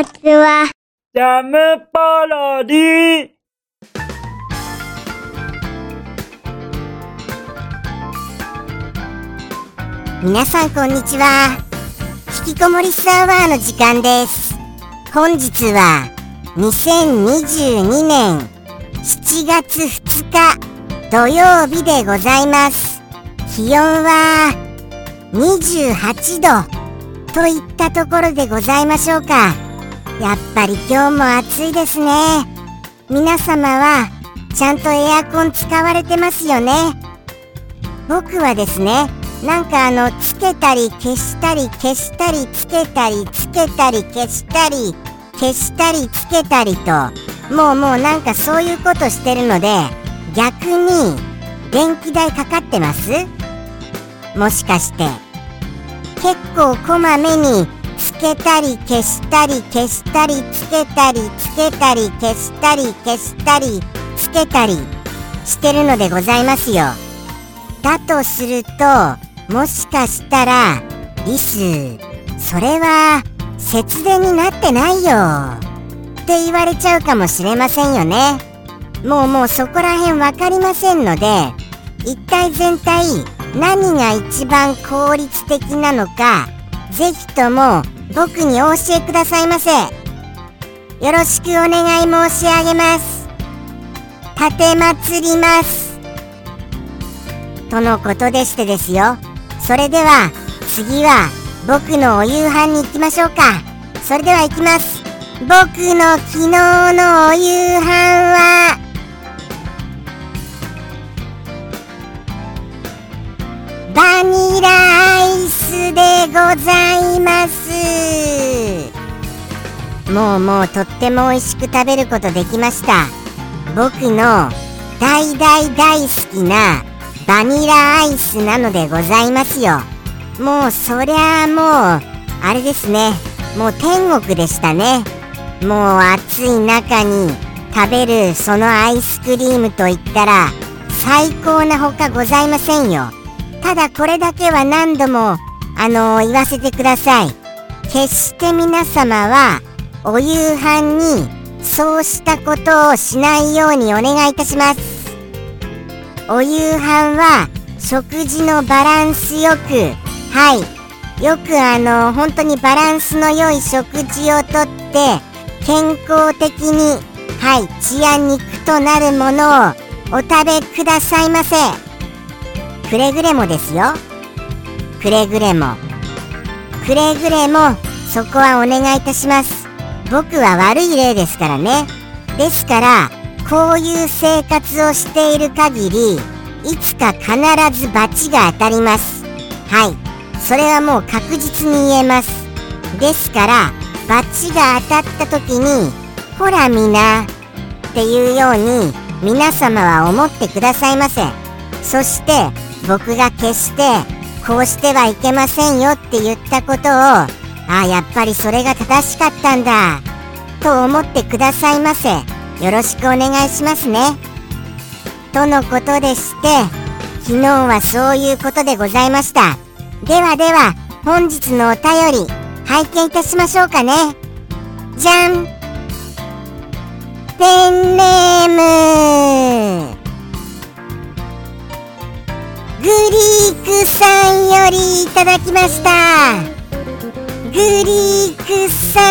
ちは。 ジャムパロディ。 皆さんこんにちは。引きこもりスアワーの時間です。本日は2022年7月2日土曜日でございます。気温は28度といったところでございましょうか。やっぱり今日も暑いですね。皆様はちゃんとエアコン使われてますよね。僕はですね、なんかつけたり消したり消したりつけたりつけたり消したり消したりつけたりともうなんかそういうことしてるので、逆に電気代かかってます？もしかして結構こまめにつけたり消したり消したりつけたりつけたり消したり消したりつけたりしてるのでございますよ。だとすると、もしかしたらリス、それは節電になってないよって言われちゃうかもしれませんよね。もうそこら辺わかりませんので、一体全体何が一番効率的なのか、ぜひとも僕にお教えくださいませ。よろしくお願い申し上げます。立てまつりますとのことでしてですよ。それでは次は僕のお夕飯に行きましょうか。それでは行きます。僕の昨日のお夕飯はバニラアイスでございます。もうとっても美味しく食べることできました。僕の大好きなバニラアイスなのでございますよ。もうそりゃあもうあれですね、もう天国でしたね。もう暑い中に食べるそのアイスクリームといったら最高なほかございませんよ。ただこれだけは何度も言わせてください。決して皆様はお夕飯にそうしたことをしないようにお願いいたします。お夕飯は食事のバランスよく、よく本当にバランスの良い食事をとって健康的に血や肉となるものをお食べくださいませ。くれぐれもですよ。くれぐれもそこはお願いいたします。僕は悪い例ですからね。ですからこういう生活をしている限りいつか必ず罰が当たります。それはもう確実に言えます。ですから罰が当たった時にほらみなっていうように皆様は思ってくださいませ。そして僕が決してこうしてはいけませんよって言ったことを、やっぱりそれが正しかったんだと思ってくださいませ。よろしくお願いしますね。とのことでして、昨日はそういうことでございました。では本日のお便り拝見いたしましょうかね。じゃん。ペンネームグリークさんよりいただきました。グリークさ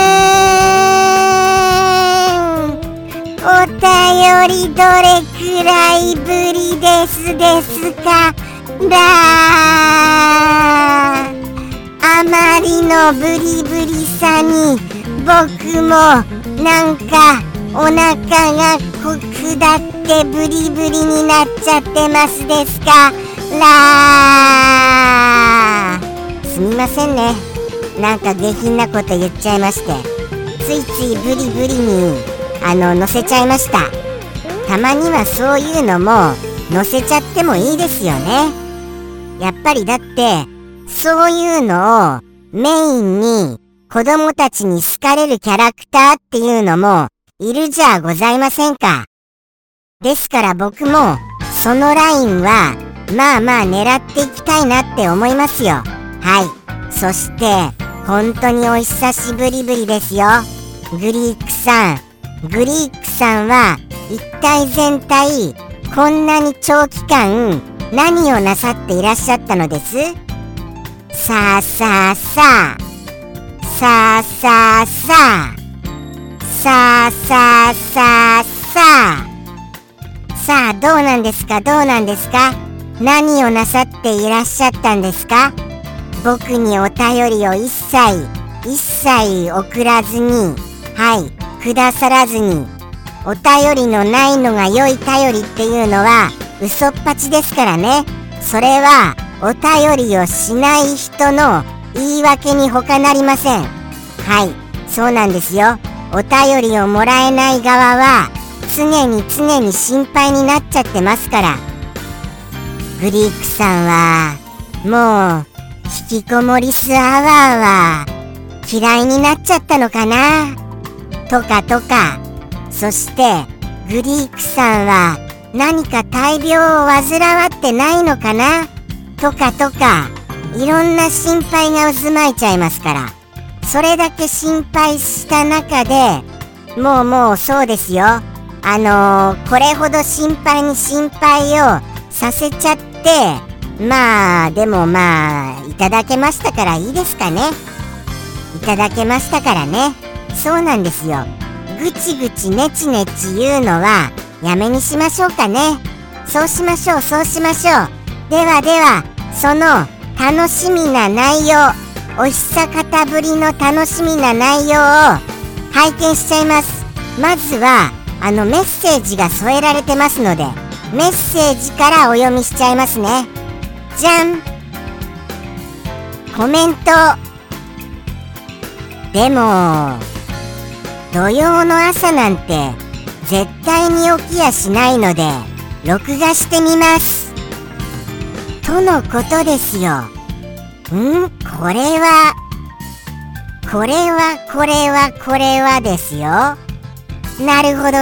ん、お便りどれくらいぶりですか？あまりのブリブリさに僕もなんかお腹が下ってブリブリになっちゃってますですか？すみませんね、なんか下品なこと言っちゃいまして、ついついブリブリに乗せちゃいました。たまにはそういうのも乗せちゃってもいいですよね。やっぱりだってそういうのをメインに子供たちに好かれるキャラクターっていうのもいるじゃございませんか。ですから僕もそのラインはまあ狙っていきたいなって思いますよ。そして本当にお久しぶりですよ。グリークさんは一体全体こんなに長期間何をなさっていらっしゃったのです？さあどうなんですか？何をなさっていらっしゃったんですか？僕にお便りを一切送らずに、くださらずに、お便りのないのが良い頼りっていうのは嘘っぱちですからね。それはお便りをしない人の言い訳に他なりません。そうなんですよ。お便りをもらえない側は常に心配になっちゃってますから。グリークさんはもう引きこもりスアワーは嫌いになっちゃったのかなとか。そしてグリークさんは何か大病を患わってないのかなとかいろんな心配が渦巻いちゃいますから。それだけ心配した中でもうそうですよ。これほど心配をさせちゃって、でもいただけましたからいいですかね。そうなんですよ。ぐちネチ言うのはやめにしましょうかね。そうしましょう。ではその楽しみな内容、お久方ぶりの楽しみな内容を拝見しちゃいます。まずはメッセージが添えられてますので、メッセージからお読みしちゃいますね。じゃん。コメント。でも土曜の朝なんて絶対に起きやしないので録画してみますとのことですよ。これはですよ。なるほど。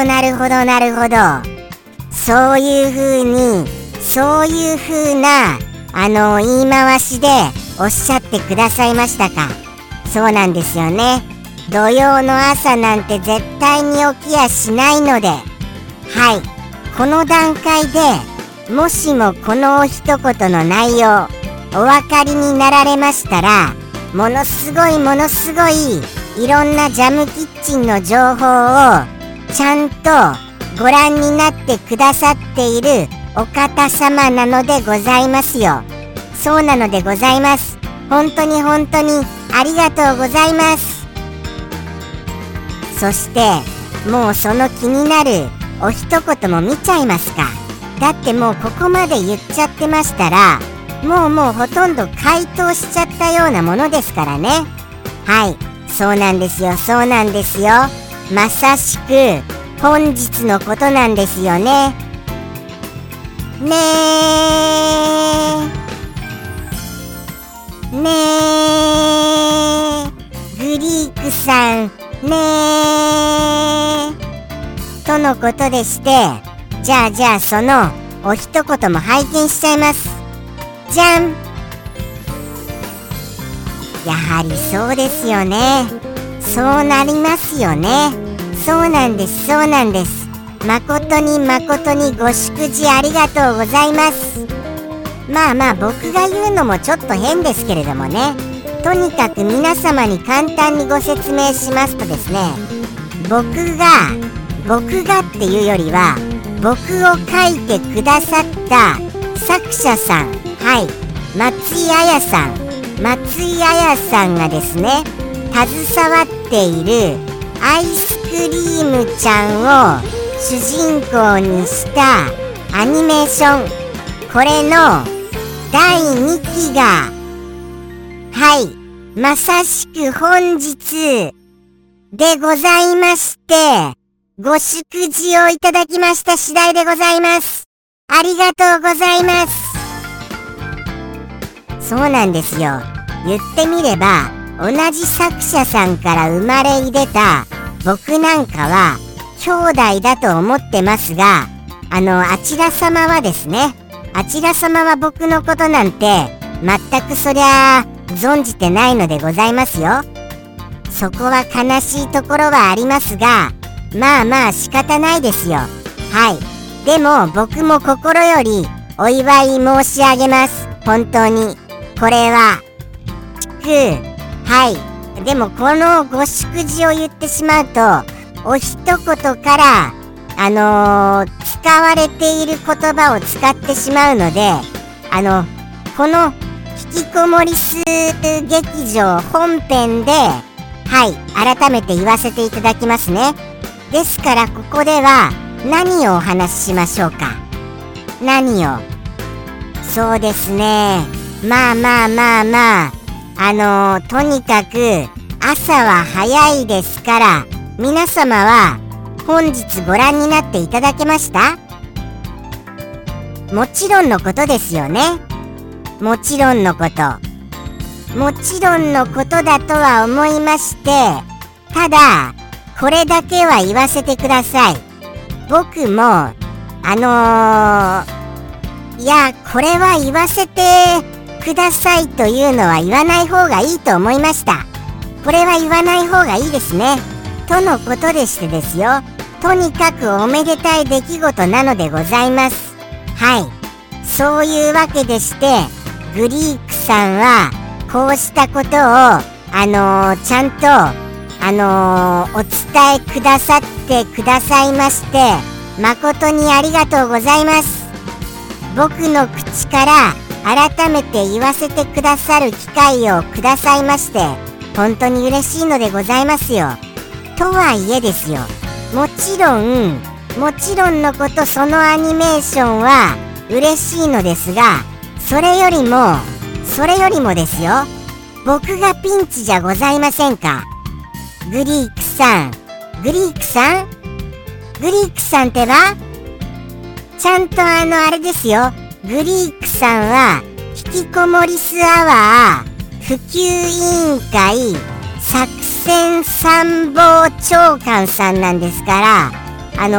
そういう風な言い回しでおっしゃってくださいましたか。そうなんですよね。土曜の朝なんて絶対に起きやしないので、この段階でもしもこのお一言の内容お分かりになられましたら、ものすごいいろんなジャムキッチンの情報をちゃんとご覧になってくださっているお方様なのでございますよ。そうなのでございます。本当にありがとうございます。そしてもうその気になるお一言も見ちゃいますか。だってもうここまで言っちゃってましたら、もうほとんど回答しちゃったようなものですからね。そうなんですよ。まさしく本日のことなんですよね。グリークさんとのことでして、じゃあそのお一言も拝見しちゃいます。じゃん。やはりそうですよね。そうなりますよね。そうなんです。誠にご祝辞ありがとうございます。僕が言うのもちょっと変ですけれどもね。とにかく皆様に簡単にご説明しますとですね、僕がっていうよりは僕を書いてくださった作者さん、松井彩さんがですね携わっているアイスクリームちゃんを主人公にしたアニメーション、これの第2期がまさしく本日でございまして、ご祝辞をいただきました次第でございます。ありがとうございます。そうなんですよ。言ってみれば同じ作者さんから生まれ出た僕なんかは兄弟だと思ってますが、あちら様はですね、あちら様は僕のことなんて全くそりゃ存じてないのでございますよ。そこは悲しいところはありますが、まあまあ仕方ないですよ。はい。でも僕も心よりお祝い申し上げます。本当に。これは。はい。でもこのご祝辞を言ってしまうと、お一言から使われている言葉を使ってしまうので、この引きこもりす劇場本編で、はい、改めて言わせていただきますね。ですからここでは何をお話ししましょうか。何を。そうですね。まあ、とにかく朝は早いですから、皆様は本日ご覧になっていただけました？もちろんのことですよね。もちろんのこと。もちろんのことだとは思いまして、ただこれだけは言わせてください。僕もいや、これは言わせてくださいというのは言わない方がいいと思いました。これは言わない方がいいですね。とのことでしてですよ。とにかくおめでたい出来事なのでございます。はい。そういうわけでして、グリークさんはこうしたことをちゃんとお伝えくださってくださいまして、誠にありがとうございます。僕の口から改めて言わせてくださる機会をくださいまして、本当に嬉しいのでございますよ。とはいえですよ、もちろんのこと、そのアニメーションは嬉しいのですが、それよりもですよ、僕がピンチじゃございませんか。グリークさんってば、ちゃんとあれですよ、グリークさんは引きこもりスアワー普及委員会作戦参謀長官さんなんですから、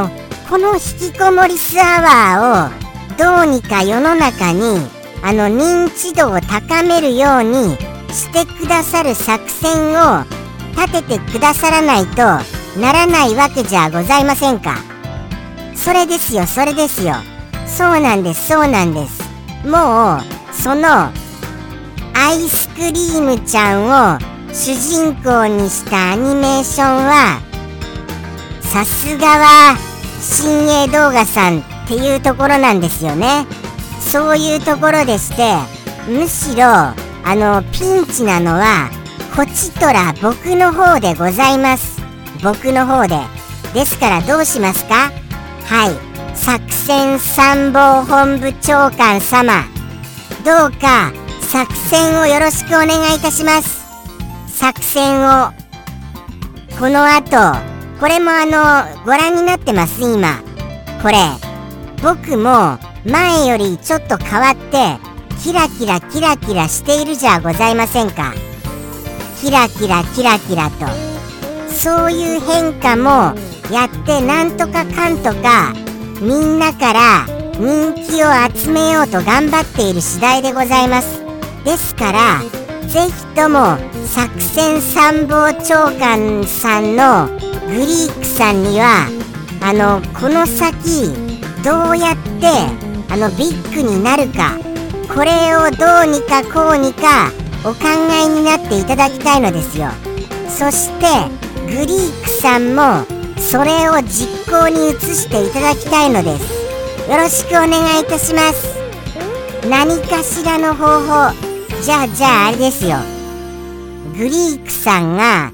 この引きこもりスアワーをどうにか世の中に認知度を高めるようにしてくださる作戦を立ててくださらないとならないわけじゃございませんか。それですよ。そうなんです。もうそのアイスクリームちゃんを主人公にしたアニメーションは、さすがは新鋭動画さんっていうところなんですよね。そういうところでして、むしろピンチなのはこちとら僕の方でございます。僕の方で。ですからどうしますか。はい、作戦参謀本部長官様、どうか作戦をよろしくお願いいたします。作戦をこの後、これもご覧になってます。今これ僕も前よりちょっと変わってキラキラしているじゃございませんか。キラキラと、そういう変化もやって、なんとかかんとかみんなから人気を集めようと頑張っている次第でございます。ですからぜひとも作戦参謀長官さんのグリークさんにはこの先どうやってビッグになるか、これをどうにかこうにかお考えになっていただきたいのですよ。そしてグリークさんもそれを実行に移していただきたいのです。よろしくお願いいたします。何かしらの方法、じゃああれですよ、グリークさんが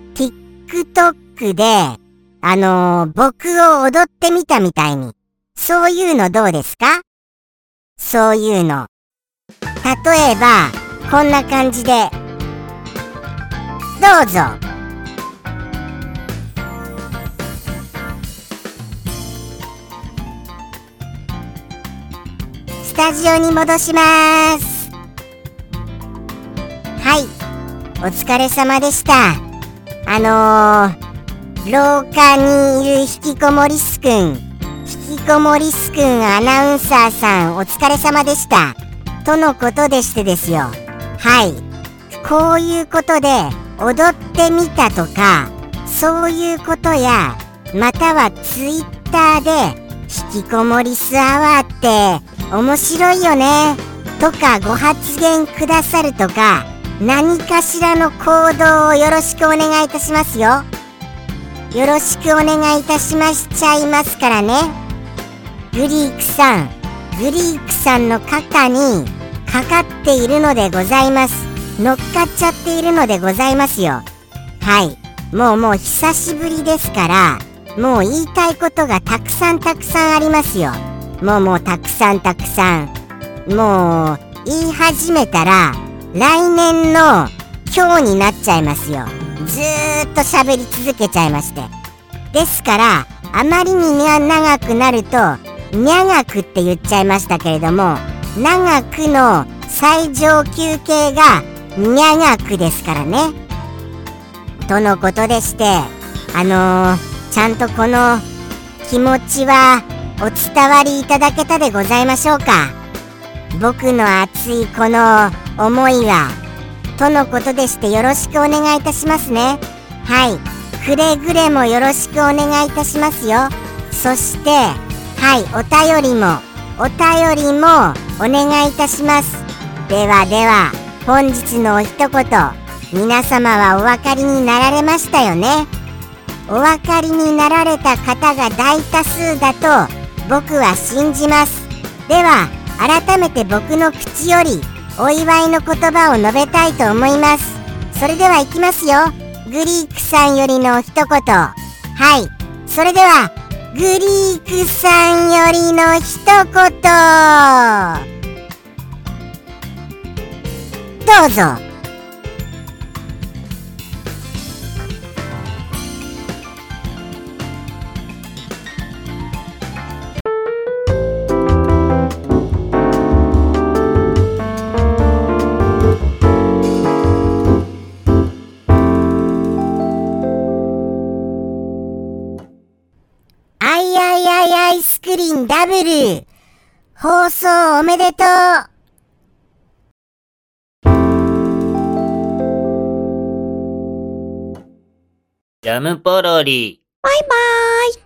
TikTok で僕を踊ってみたみたいに、そういうのどうですか。そういうの、例えばこんな感じでどうぞ。スタジオに戻します。はい、お疲れ様でした。廊下にいる引きこもりすくんアナウンサーさん、お疲れ様でしたとのことでしてですよ。はい、 こういうことで踊ってみたとか、そういうことや、またはツイッターで引きこもりスアワーって面白いよねとかご発言くださるとか、何かしらの行動をよろしくお願いいたしますよ。よろしくお願いいたしましちゃいますからね。グリークさんの肩にかかっているのでございます。乗っかっちゃっているのでございますよ。はい、もう久しぶりですから、もう言いたいことがたくさんありますよ。もうたくさん、もう言い始めたら来年の今日になっちゃいますよ。ずーっと喋り続けちゃいまして。ですからあまりに長くなると長くって言っちゃいましたけれども、長くの最上級形が長くですからね。とのことでして、ちゃんとこの気持ちはお伝わりいただけたでございましょうか。僕の熱いこの思いはとのことでして、よろしくお願いいたしますね。はい、くれぐれもよろしくお願いいたしますよ。そしてはい、お便りもお願いいたします。では本日のお一言、皆様はお分かりになられましたよね。お分かりになられた方が大多数だと僕は信じます。では改めて僕の口よりお祝いの言葉を述べたいと思います。それではいきますよ。グリークさんよりのお一言。はい、それではグリークさんよりの一言、どうぞ。アイスクリーンダブル放送おめでとう。 ジャムポロリ。 バイバーイ。